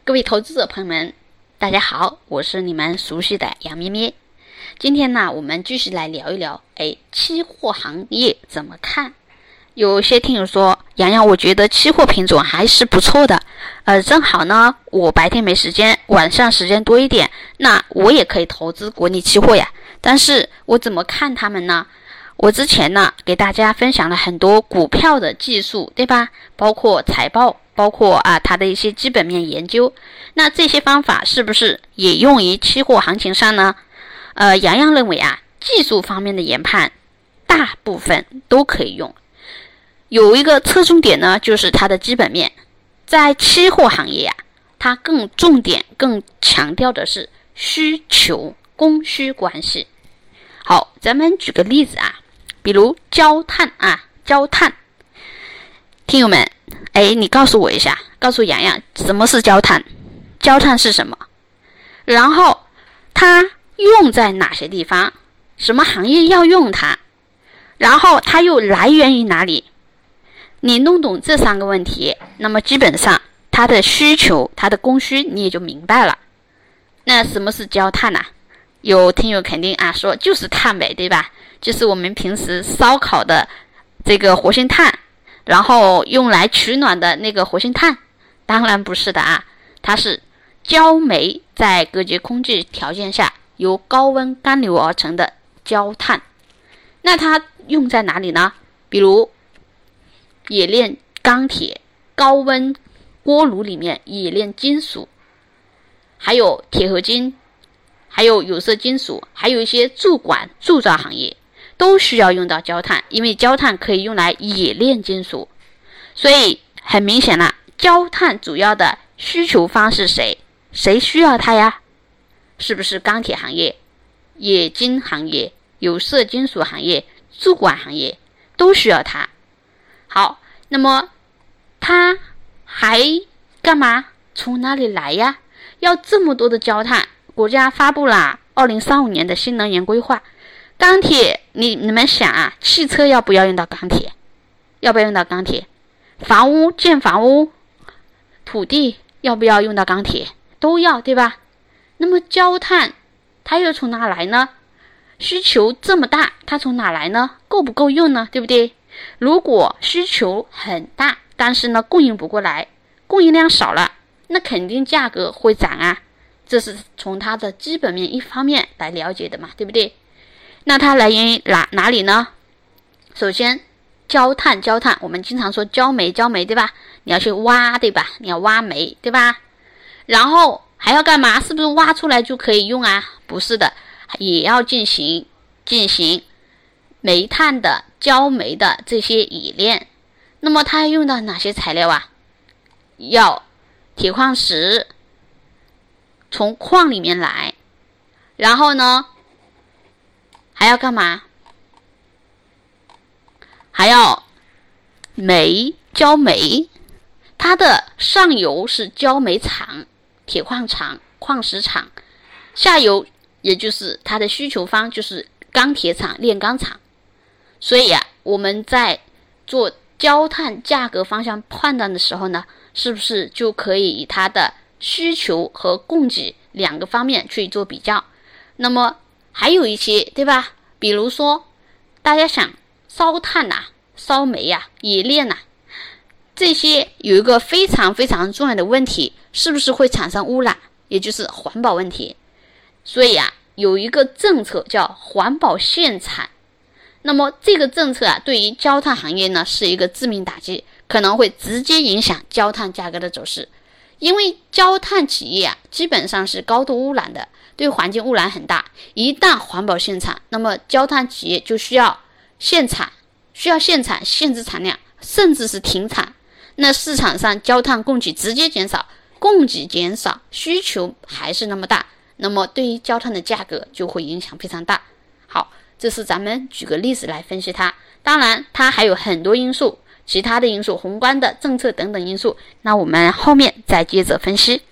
各位投资者朋友们，大家好，我是你们熟悉的杨咩咩。今天呢，我们继续来聊一聊，期货行业怎么看？有些听友说，洋洋，我觉得期货品种还是不错的，正好呢，我白天没时间，晚上时间多一点，那我也可以投资国内期货呀。但是我怎么看他们呢？我之前呢，给大家分享了很多股票的技术，对吧？包括财报，包括它的一些基本面研究。那这些方法是不是也用于期货行情上呢？洋洋认为技术方面的研判大部分都可以用。有一个侧重点呢，就是它的基本面。在期货行业它更强调的是需求供需关系。好，咱们举个例子比如焦炭听友们，你告诉我一下，告诉洋洋什么是焦炭？焦炭是什么？然后它用在哪些地方？什么行业要用它？然后它又来源于哪里？你弄懂这三个问题，那么基本上它的需求、它的供需你也就明白了。那什么是焦炭呢？有听友肯定说就是炭呗，对吧？就是我们平时烧烤的这个活性炭，然后用来取暖的那个活性炭。当然不是的它是焦煤在隔绝空气条件下由高温干流而成的焦炭。那它用在哪里呢？比如冶炼钢铁，高温锅炉里面冶炼金属，还有铁合金，还有有色金属，还有一些铸管铸造行业都需要用到焦炭，因为焦炭可以用来冶炼金属。所以很明显了，焦炭主要的需求方是谁？谁需要它呀？是不是钢铁行业、冶金行业、有色金属行业、铸管行业都需要它？好，那么它还干嘛？从哪里来呀？要这么多的焦炭，国家发布了2035年的新能源规划。钢铁，你们想汽车要不要用到钢铁？要不要用到钢铁？建房屋，土地要不要用到钢铁？都要，对吧？那么焦炭它又从哪来呢？需求这么大，它从哪来呢？够不够用呢？对不对？如果需求很大，但是呢供应不过来，供应量少了，那肯定价格会涨这是从它的基本面一方面来了解的嘛，对不对？那它来源于哪里呢？首先焦炭，我们经常说焦煤，对吧？你要去挖，对吧？你要挖煤，对吧？然后还要干嘛？是不是挖出来就可以用不是的，也要进行煤炭的、焦煤的这些冶炼。那么它要用到哪些材料要铁矿石，从矿里面来。然后呢还要干嘛？还要焦煤，它的上游是焦煤厂、铁矿厂、矿石厂，下游也就是它的需求方就是钢铁厂、炼钢厂。所以我们在做焦炭价格方向判断的时候呢，是不是就可以以它的需求和供给两个方面去做比较？那么还有一些，对吧？比如说大家想烧炭烧煤冶炼这些有一个非常非常重要的问题，是不是会产生污染？也就是环保问题。所以有一个政策叫环保限产。那么这个政策对于焦炭行业呢是一个致命打击，可能会直接影响焦炭价格的走势。因为焦炭企业基本上是高度污染的，对环境污染很大。一旦环保限产，那么焦炭企业就需要限产，限制产量，甚至是停产。那市场上焦炭供给直接减少，需求还是那么大，那么对于焦炭的价格就会影响非常大。好，这是咱们举个例子来分析它。当然它还有很多因素，其他的因素，宏观的政策等等因素，那我们后面再接着分析。